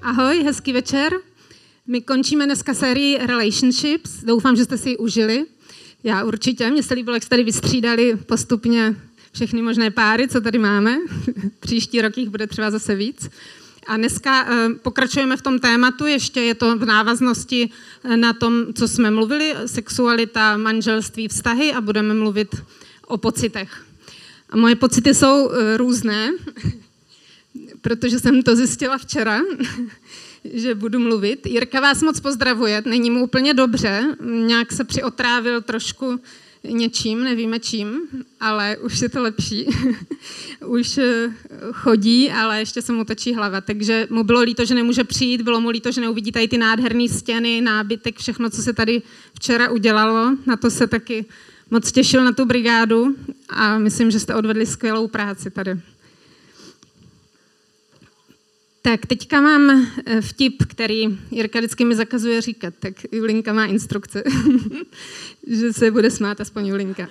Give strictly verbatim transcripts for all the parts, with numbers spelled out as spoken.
Ahoj, hezký večer. My končíme dneska sérii Relationships. Doufám, že jste si ji užili. Já určitě. Mně se líbilo, jak jste tady vystřídali postupně všechny možné páry, co tady máme. Příští rok jich bude třeba zase víc. A dneska uh, pokračujeme v tom tématu, ještě je to v návaznosti na tom, co jsme mluvili, sexualita, manželství, vztahy a budeme mluvit o pocitech. A moje pocity jsou uh, různé, protože jsem to zjistila včera, že budu mluvit. Jirka vás moc pozdravuje, není mu úplně dobře, nějak se přiotrávil trošku něčím, nevíme čím, ale už je to lepší. Už chodí, ale ještě se mu točí hlava, takže mu bylo líto, že nemůže přijít, bylo mu líto, že neuvidí tady ty nádherné stěny, nábytek, všechno, co se tady včera udělalo. Na to se taky moc těšil, na tu brigádu a myslím, že jste odvedli skvělou práci tady. Tak teďka mám vtip, který Jirka vždycky mi zakazuje říkat, tak Julinka má instrukce, že se bude smát aspoň Julinka.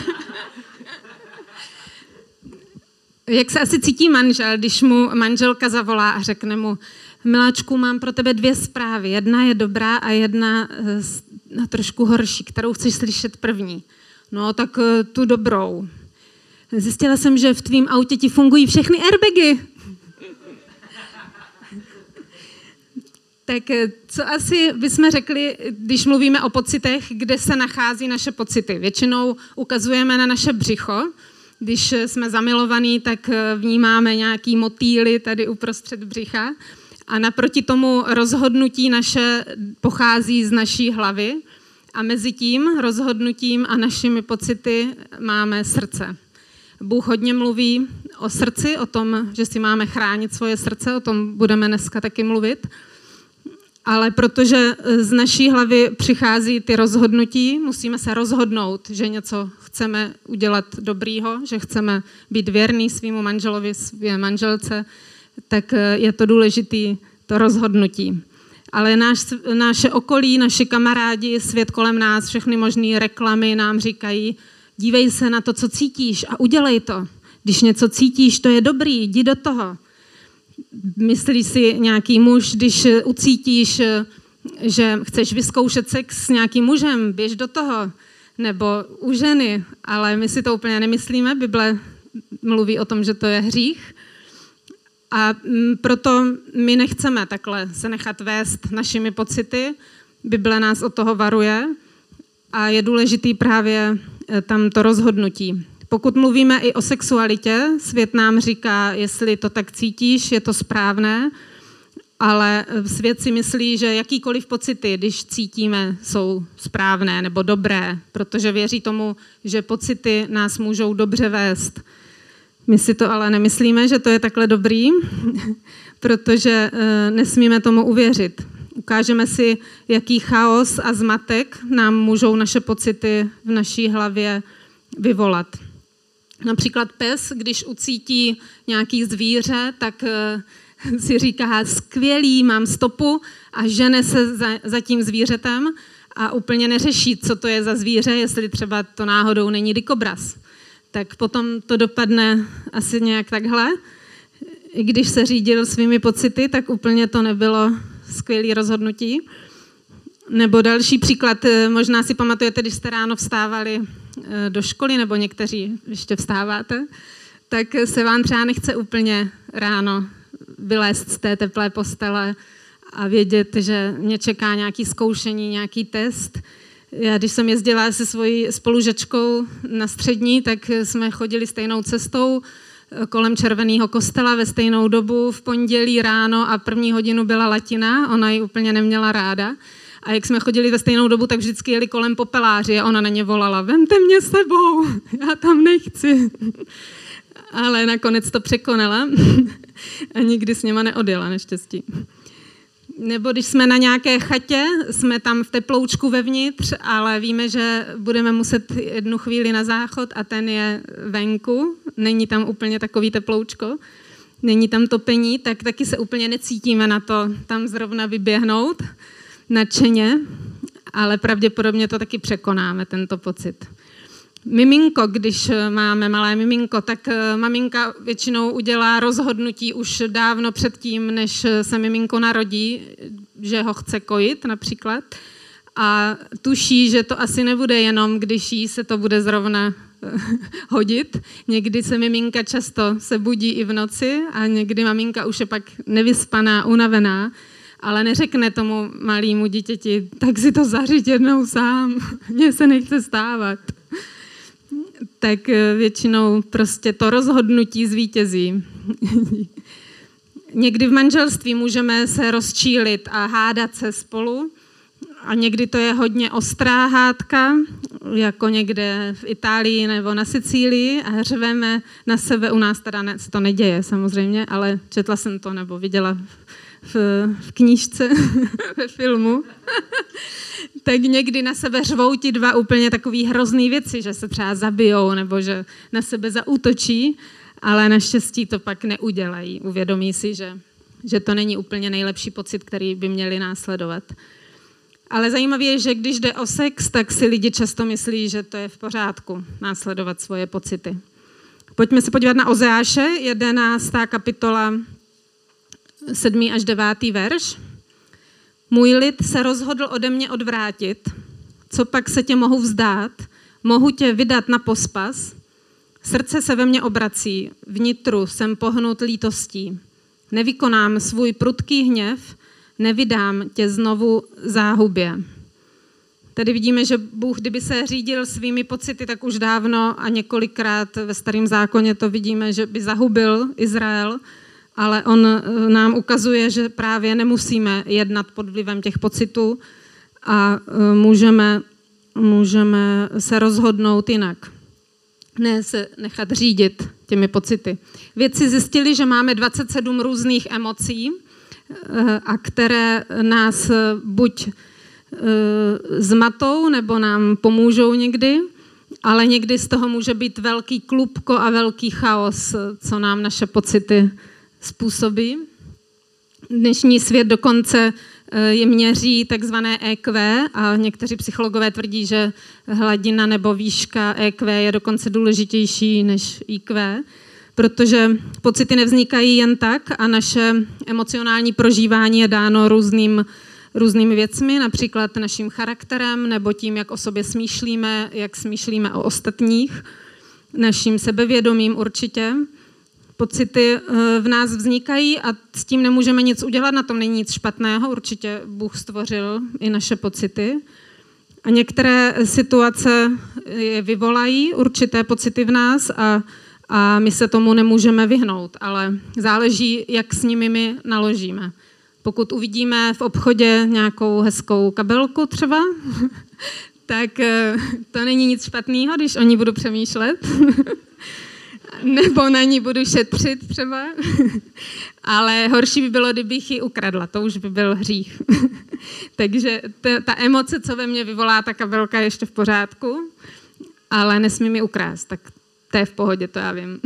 Jak se asi cítí manžel, když mu manželka zavolá a řekne mu: miláčku, mám pro tebe dvě zprávy, jedna je dobrá a jedna uh, trošku horší, kterou chceš slyšet první. No tak uh, tu dobrou. Zjistila jsem, že v tvým autě ti fungují všechny airbagy. Tak co asi bychom řekli, když mluvíme o pocitech, kde se nachází naše pocity? Většinou ukazujeme na naše břicho. Když jsme zamilovaní, tak vnímáme nějaký motýly tady uprostřed břicha. A naproti tomu rozhodnutí naše pochází z naší hlavy. A mezi tím rozhodnutím a našimi pocity máme srdce. Bůh hodně mluví o srdci, o tom, že si máme chránit svoje srdce, o tom budeme dneska taky mluvit. Ale protože z naší hlavy přichází ty rozhodnutí, musíme se rozhodnout, že něco chceme udělat dobrýho, že chceme být věrný svýmu manželovi, své manželce, tak je to důležitý to rozhodnutí. Ale náš, naše okolí, naši kamarádi, svět kolem nás, všechny možné reklamy nám říkají: dívej se na to, co cítíš a udělej to. Když něco cítíš, to je dobrý, jdi do toho. Myslí si nějaký muž, když ucítíš, že chceš vyzkoušet sex s nějakým mužem, běž do toho, nebo u ženy, ale my si to úplně nemyslíme, Bible mluví o tom, že to je hřích a proto my nechceme takhle se nechat vést našimi pocity, Bible nás od toho varuje a je důležitý právě tam to rozhodnutí. Pokud mluvíme i o sexualitě, svět nám říká, jestli to tak cítíš, je to správné, ale svět si myslí, že jakýkoliv pocity, když cítíme, jsou správné nebo dobré, protože věří tomu, že pocity nás můžou dobře vést. My si to ale nemyslíme, že to je takhle dobrý, protože nesmíme tomu uvěřit. Ukážeme si, jaký chaos a zmatek nám můžou naše pocity v naší hlavě vyvolat. Například pes, když ucítí nějaký zvíře, tak si říká: skvělý, mám stopu, a žene se za, za tím zvířetem a úplně neřeší, co to je za zvíře, jestli třeba to náhodou není dikobraz. Tak potom to dopadne asi nějak takhle. I když se řídil svými pocity, tak úplně to nebylo skvělé rozhodnutí. Nebo další příklad, možná si pamatujete, když jste ráno vstávali do školy, nebo někteří ještě vstáváte, tak se vám třeba nechce úplně ráno vylézt z té teplé postele a vědět, že mě čeká nějaký zkoušení, nějaký test. Já, když jsem jezdila se svojí spolužačkou na střední, tak jsme chodili stejnou cestou kolem Červeného kostela ve stejnou dobu v pondělí ráno a první hodinu byla latina, ona ji úplně neměla ráda. A jak jsme chodili ve stejnou dobu, tak vždycky jeli kolem popeláři a ona na ně volala: vemte mě s sebou, já tam nechci. Ale nakonec to překonala a nikdy s něma neodjela, naštěstí. Nebo když jsme na nějaké chatě, jsme tam v teploučku vevnitř, ale víme, že budeme muset jednu chvíli na záchod a ten je venku, není tam úplně takový teploučko, není tam topení, tak taky se úplně necítíme na to tam zrovna vyběhnout nadšeně, ale pravděpodobně to taky překonáme, tento pocit. Miminko, když máme malé miminko, tak maminka většinou udělá rozhodnutí už dávno předtím, než se miminko narodí, že ho chce kojit například. A tuší, že to asi nebude jenom, když jí se to bude zrovna hodit. Někdy se miminka často se budí i v noci a někdy maminka už je pak nevyspaná, unavená, ale neřekne tomu malému dítěti, tak si to zařiď jednou sám, mně se nechce stávat. Tak většinou prostě to rozhodnutí zvítězí. Někdy v manželství můžeme se rozčílit a hádat se spolu a někdy to je hodně ostrá hádka, jako někde v Itálii nebo na Sicílii a řveme na sebe. U nás teda ne, se to neděje samozřejmě, ale četla jsem to nebo viděla v, v knížce, ve filmu. Tak někdy na sebe řvou ti dva úplně takový hrozný věci, že se třeba zabijou nebo že na sebe zaútočí, ale naštěstí to pak neudělají. Uvědomí si, že, že to není úplně nejlepší pocit, který by měli následovat. Ale zajímavé je, že když jde o sex, tak si lidi často myslí, že to je v pořádku následovat svoje pocity. Pojďme se podívat na Ozeáše, jedenáctá kapitola, sedmý až devátý verš. Můj lid se rozhodl ode mě odvrátit, co pak se tě mohu vzdát, mohu tě vydat na pospas, srdce se ve mně obrací, vnitru jsem pohnut lítostí. Nevykonám svůj prudký hněv, nevydám tě znovu záhubě. Tady vidíme, že Bůh, kdyby se řídil svými pocity, tak už dávno a několikrát ve Starém zákoně to vidíme, že by zahubil Izrael, ale on nám ukazuje, že právě nemusíme jednat pod vlivem těch pocitů a můžeme, můžeme se rozhodnout jinak. Ne se nechat řídit těmi pocity. Vědci zjistili, že máme dvacet sedm různých emocí, a které nás buď zmatou, nebo nám pomůžou někdy, ale někdy z toho může být velký klubko a velký chaos, co nám naše pocity způsobí. Dnešní svět dokonce je měří takzvané E Q a někteří psychologové tvrdí, že hladina nebo výška E Q je dokonce důležitější než I Q, protože pocity nevznikají jen tak a naše emocionální prožívání je dáno různým, různými věcmi, například naším charakterem nebo tím, jak o sobě smýšlíme, jak smýšlíme o ostatních, naším sebevědomím určitě. Pocity v nás vznikají a s tím nemůžeme nic udělat, na tom není nic špatného, určitě Bůh stvořil i naše pocity. A některé situace je vyvolají určité pocity v nás a A my se tomu nemůžeme vyhnout, ale záleží, jak s nimi my naložíme. Pokud uvidíme v obchodě nějakou hezkou kabelku třeba, tak to není nic špatného, když o ní budu přemýšlet. Nebo na ní budu šetřit třeba. Ale horší by bylo, kdybych ji ukradla, to už by byl hřích. Takže ta, ta emoce, co ve mně vyvolá ta kabelka, je ještě v pořádku, ale nesmím ji ukrást, tak to je v pohodě, to já vím.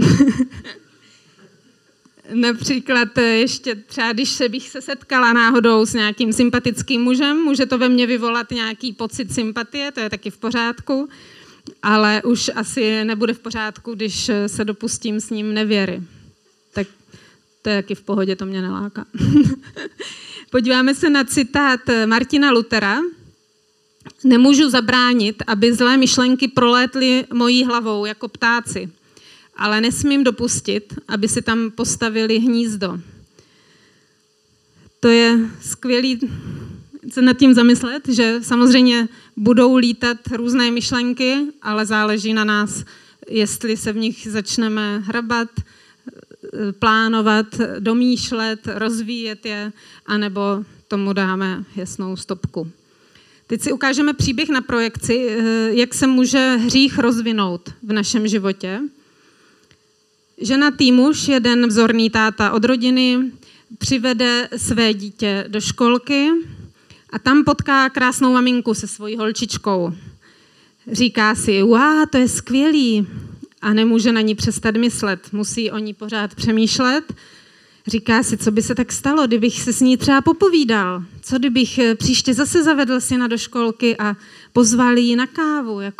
Například ještě třeba, když se bych se setkala náhodou s nějakým sympatickým mužem, může to ve mně vyvolat nějaký pocit sympatie, to je taky v pořádku, ale už asi nebude v pořádku, když se dopustím s ním nevěry. Tak to je taky v pohodě, to mě neláká. Podíváme se na citát Martina Luthera. Nemůžu zabránit, aby zlé myšlenky prolétly mojí hlavou jako ptáci, ale nesmím dopustit, aby si tam postavili hnízdo. To je skvělý se nad tím zamyslet, že samozřejmě budou lítat různé myšlenky, ale záleží na nás, jestli se v nich začneme hrabat, plánovat, domýšlet, rozvíjet je, anebo tomu dáme jasnou stopku. Teď si ukážeme příběh na projekci, jak se může hřích rozvinout v našem životě. Ženatý muž, jeden vzorný táta od rodiny, přivede své dítě do školky a tam potká krásnou maminku se svojí holčičkou. Říká si, wow, to je skvělý, a nemůže na ní přestat myslet, musí o ní pořád přemýšlet. Říká si, co by se tak stalo, kdybych se s ní třeba popovídal. Co kdybych příště zase zavedl syna do školky a pozval ji na kávu, jako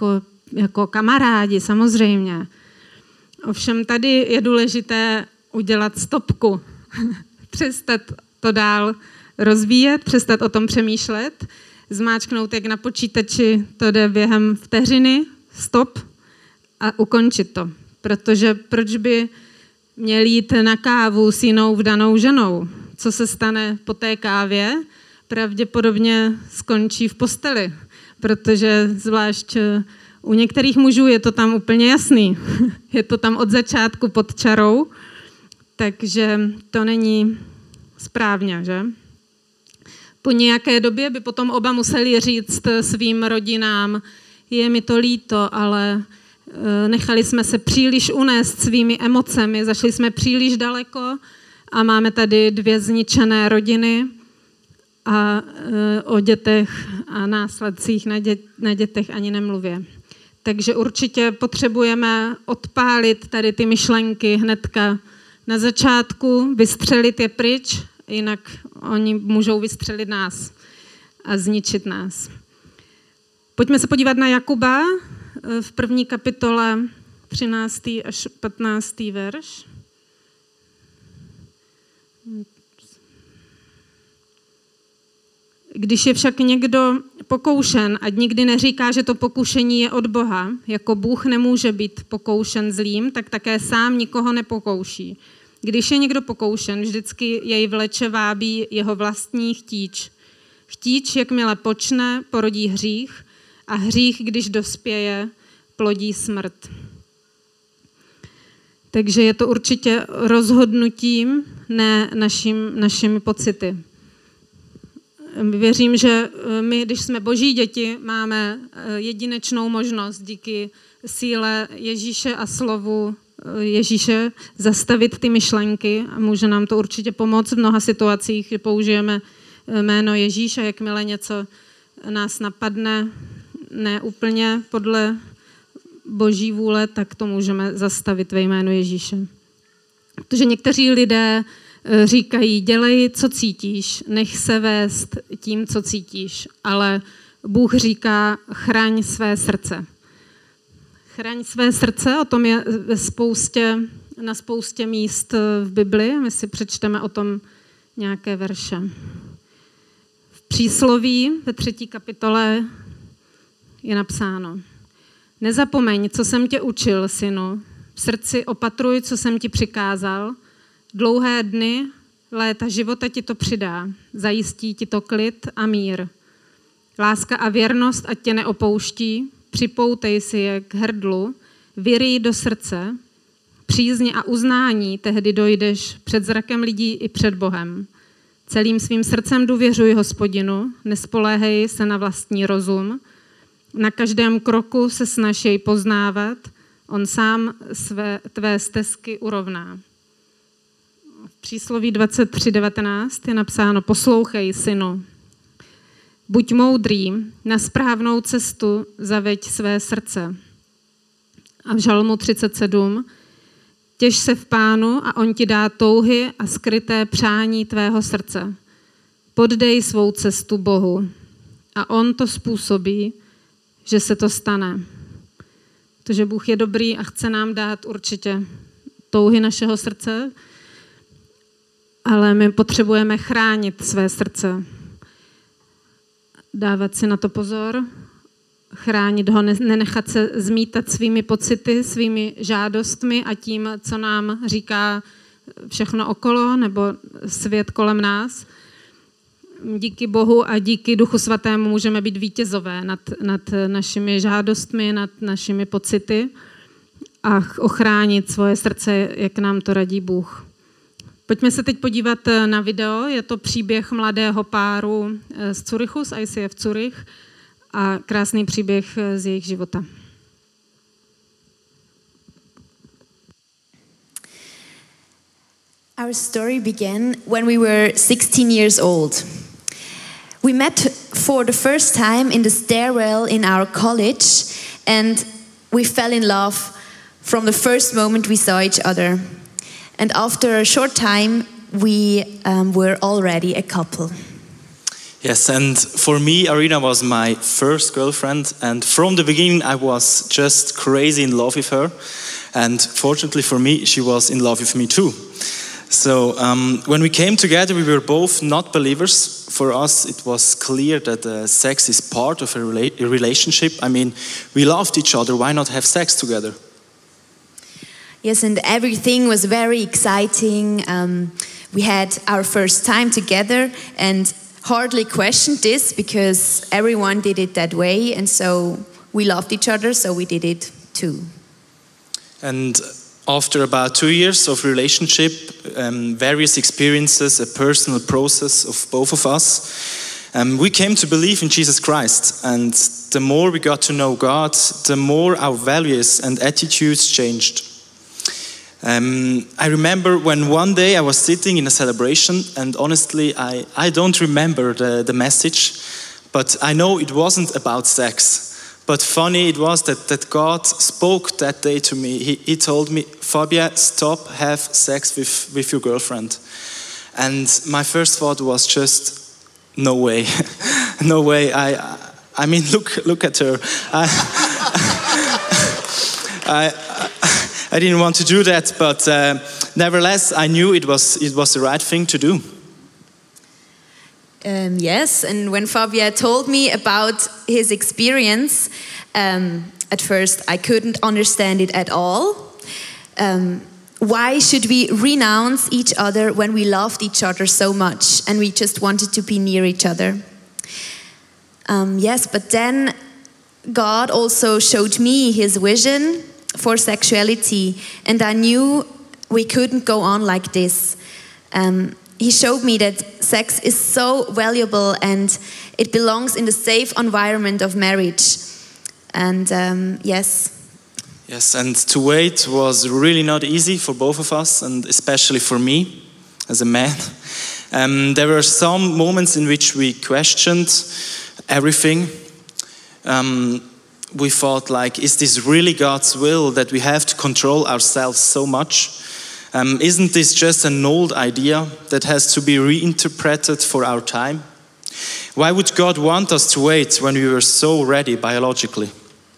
jako kamarádi, samozřejmě. Ovšem tady je důležité udělat stopku, přestat to dál rozvíjet, přestat o tom přemýšlet, zmáčknout jak na počítači, to jde během vteřiny, stop a ukončit to. Protože proč by měl jít na kávu s jinou vdanou ženou? Co se stane po té kávě? Pravděpodobně skončí v posteli, protože zvlášť u některých mužů je to tam úplně jasný. Je to tam od začátku pod čarou, takže to není správně, že? Po nějaké době by potom oba museli říct svým rodinám, je mi to líto, ale nechali jsme se příliš unést svými emocemi, zašli jsme příliš daleko a máme tady dvě zničené rodiny a o dětech a následcích na, dě, na dětech ani nemluvě. Takže určitě potřebujeme odpálit tady ty myšlenky hnedka na začátku, vystřelit je pryč, jinak oni můžou vystřelit nás a zničit nás. Pojďme se podívat na Jakuba v první kapitole třináctý až patnáctý verš. Když je však někdo pokoušen, ať nikdy neříká, že to pokušení je od Boha, jako Bůh nemůže být pokoušen zlým, tak také sám nikoho nepokouší. Když je někdo pokoušen, vždycky jej vleče vábí jeho vlastní chtíč. Chtíč, jakmile počne, porodí hřích a hřích, když dospěje, plodí smrt. Takže je to určitě rozhodnutím, ne našim, našimi pocity. Věřím, že my, když jsme boží děti, máme jedinečnou možnost díky síle Ježíše a slovu Ježíše zastavit ty myšlenky a může nám to určitě pomoct v mnoha situacích, že použijeme jméno Ježíš a jakmile něco nás napadne ne úplně podle boží vůle, tak to můžeme zastavit ve jménu Ježíše. Protože někteří lidé říkají, dělej, co cítíš, nech se vést tím, co cítíš, ale Bůh říká, chraň své srdce. Chraň své srdce, o tom je ve spoustě, na spoustě míst v Bibli, my si přečteme o tom nějaké verše. V přísloví ve třetí kapitole je napsáno, nezapomeň, co jsem tě učil, synu, v srdci opatruj, co jsem ti přikázal, dlouhé dny, léta života ti to přidá, zajistí ti to klid a mír. Láska a věrnost ať tě neopouští, připoutej si je k hrdlu, vyryj do srdce, přízni a uznání, tehdy dojdeš před zrakem lidí i před Bohem. Celým svým srdcem důvěřuj Hospodinu, nespoléhej se na vlastní rozum, na každém kroku se snaž jej poznávat, on sám své, tvé stezky urovná. V přísloví dvacet tři devatenáct je napsáno, poslouchej, synu, buď moudrý, na správnou cestu zaveď své srdce. A v Žalmu třicet sedm, těž se v Pánu a on ti dá touhy a skryté přání tvého srdce. Poddej svou cestu Bohu a on to způsobí, že se to stane. Protože Bůh je dobrý a chce nám dát určitě touhy našeho srdce, ale my potřebujeme chránit své srdce. Dávat si na to pozor, chránit ho, nenechat se zmítat svými pocity, svými žádostmi a tím, co nám říká všechno okolo nebo svět kolem nás. Díky Bohu a díky Duchu Svatému můžeme být vítězové nad, nad našimi žádostmi, nad našimi pocity a ochránit svoje srdce, jak nám to radí Bůh. Pojďme se teď podívat na video. Je to příběh mladého páru z Curychu, z I C F Curych a krásný příběh z jejich života. Our story began when we were sixteen years old. We met for the first time in the stairwell in our college and we fell in love from the first moment we saw each other. And after a short time, we um, were already a couple. Yes, and for me, Arina was my first girlfriend, and from the beginning, I was just crazy in love with her. And fortunately for me, she was in love with me too. So um, when we came together, we were both not believers. For us, it was clear that uh, sex is part of a, rela- a relationship. I mean, we loved each other. Why not have sex together? Yes, and everything was very exciting. Um, we had our first time together and hardly questioned this because everyone did it that way. And so we loved each other, so we did it too. And after about two years of relationship, um, various experiences, a personal process of both of us, um, we came to believe in Jesus Christ. And the more we got to know God, the more our values and attitudes changed. Um, I remember when one day I was sitting in a celebration, and honestly, I, I don't remember the, the message, but I know it wasn't about sex. But funny it was that, that God spoke that day to me. He, he told me, Fabia, stop, have sex with, with your girlfriend. And my first thought was just, no way. no way. I I mean, look look at her. I, I, I didn't want to do that, but uh, nevertheless, I knew it was it was the right thing to do. Um, yes, and when Fabia told me about his experience, um, at first I couldn't understand it at all. Um, why should we renounce each other when we loved each other so much and we just wanted to be near each other? Um, yes, but then God also showed me his vision for sexuality, and I knew we couldn't go on like this. Um, He showed me that sex is so valuable and it belongs in the safe environment of marriage. And um, yes. Yes, and to wait was really not easy for both of us, and especially for me as a man. Um, there were some moments in which we questioned everything. Um, we thought, like, is this really God's will that we have to control ourselves so much? Um, isn't this just an old idea that has to be reinterpreted for our time? Why would God want us to wait when we were so ready biologically?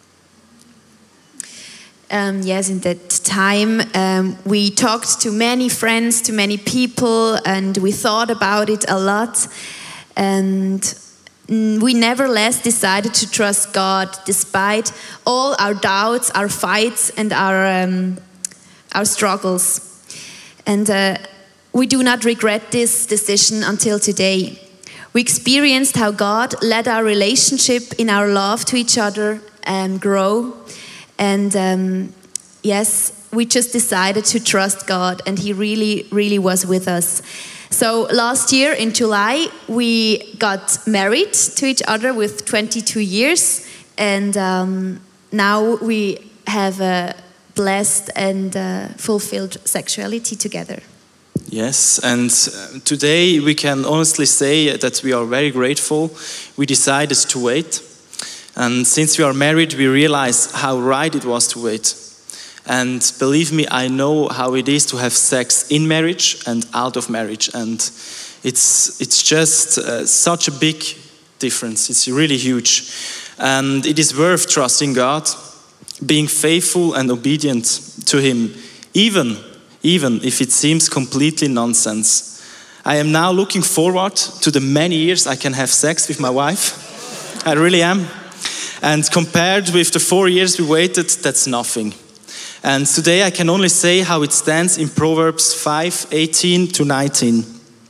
Um, yes, in that time um, we talked to many friends, to many people, and we thought about it a lot. And we nevertheless decided to trust God despite all our doubts, our fights, and our um, our struggles. And uh, we do not regret this decision until today. We experienced how God let our relationship in our love to each other um, grow. And um, yes, we just decided to trust God, and he really, really was with us. So last year in July, we got married to each other with twenty-two years. And um, now we have a blessed and uh, fulfilled sexuality together. Yes, and uh, today we can honestly say that we are very grateful. We decided to wait, and since we are married, we realize how right it was to wait. And believe me, I know how it is to have sex in marriage and out of marriage, and it's it's just uh, such a big difference. It's really huge, and it is worth trusting God, being faithful and obedient to him, even, even if it seems completely nonsense. I am now looking forward to the many years I can have sex with my wife. I really am. And compared with the four years we waited, that's nothing. And today I can only say how it stands in Proverbs five, eighteen to nineteen.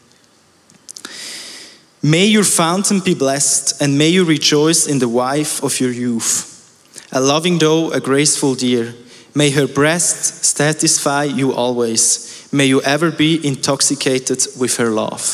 May your fountain be blessed, and may you rejoice in the wife of your youth. A loving doe, a graceful deer. May her breast satisfy you always. May you ever be intoxicated with her love.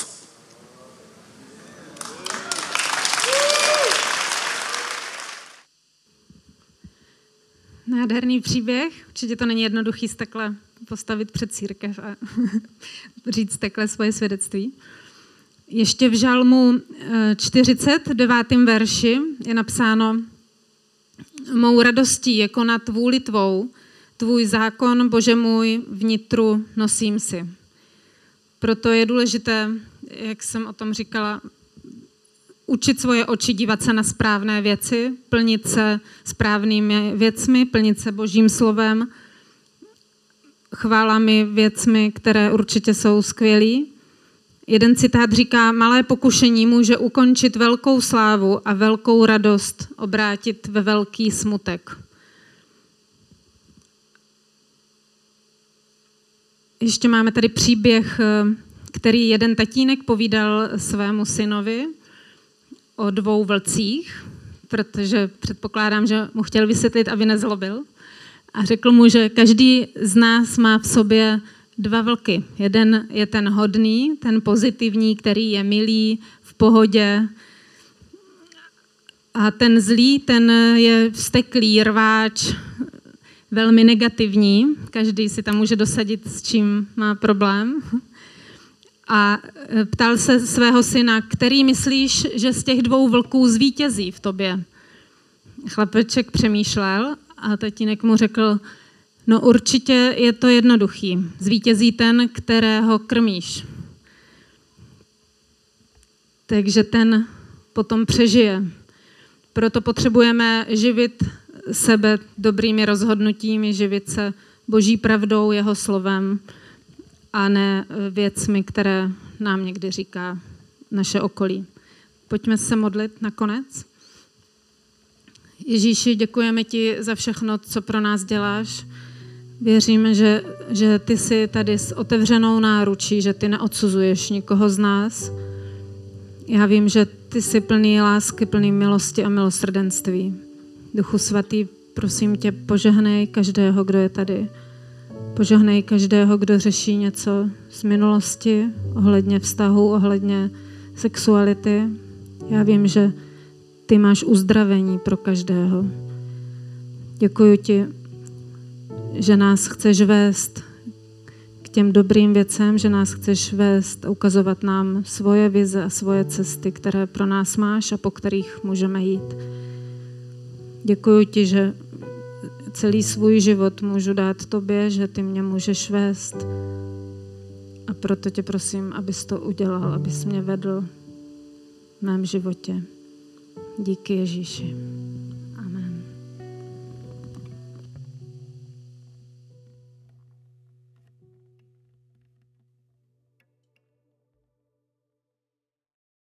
Nádherný příběh. Určitě to není jednoduchý se takhle postavit před církev a říct takhle svoje svědectví. Ještě v Žalmu čtyřicet, devátém verši je napsáno: Mou radostí je konat vůli tvou, tvůj zákon, Bože můj, vnitru nosím si. Proto je důležité, jak jsem o tom říkala, učit svoje oči dívat se na správné věci, plnit se správnými věcmi, plnit se Božím slovem, chválami, věcmi, které určitě jsou skvělý. Jeden citát říká, malé pokušení může ukončit velkou slávu a velkou radost obrátit ve velký smutek. Ještě máme tady příběh, který jeden tatínek povídal svému synovi o dvou vlcích, protože předpokládám, že mu chtěl vysvětlit, aby nezlobil. A řekl mu, že každý z nás má v sobě dva vlky. Jeden je ten hodný, ten pozitivní, který je milý, v pohodě. A ten zlý, ten je vzteklý, rváč, velmi negativní. Každý si tam může dosadit, s čím má problém. A ptal se svého syna, který myslíš, že z těch dvou vlků zvítězí v tobě? Chlapeček přemýšlel a tatínek mu řekl, no určitě je to jednoduchý. Zvítězí ten, kterého krmíš. Takže ten potom přežije. Proto potřebujeme živit sebe dobrými rozhodnutími, živit se Boží pravdou, jeho slovem a ne věcmi, které nám někdy říká naše okolí. Pojďme se modlit nakonec. Ježíši, děkujeme ti za všechno, co pro nás děláš. Věříme, že, že ty jsi tady s otevřenou náručí, že ty neodsuzuješ nikoho z nás. Já vím, že ty jsi plný lásky, plný milosti a milosrdenství. Duchu svatý, prosím tě, požehnej každého, kdo je tady. Požehnej každého, kdo řeší něco z minulosti, ohledně vztahu, ohledně sexuality. Já vím, že ty máš uzdravení pro každého. Děkuji ti, že nás chceš vést k těm dobrým věcem, že nás chceš vést a ukazovat nám svoje vize a svoje cesty, které pro nás máš a po kterých můžeme jít. Děkuji ti, že celý svůj život můžu dát tobě, že ty mě můžeš vést. A proto tě prosím, abys to udělal, abys mě vedl v mém životě. Díky Ježíši.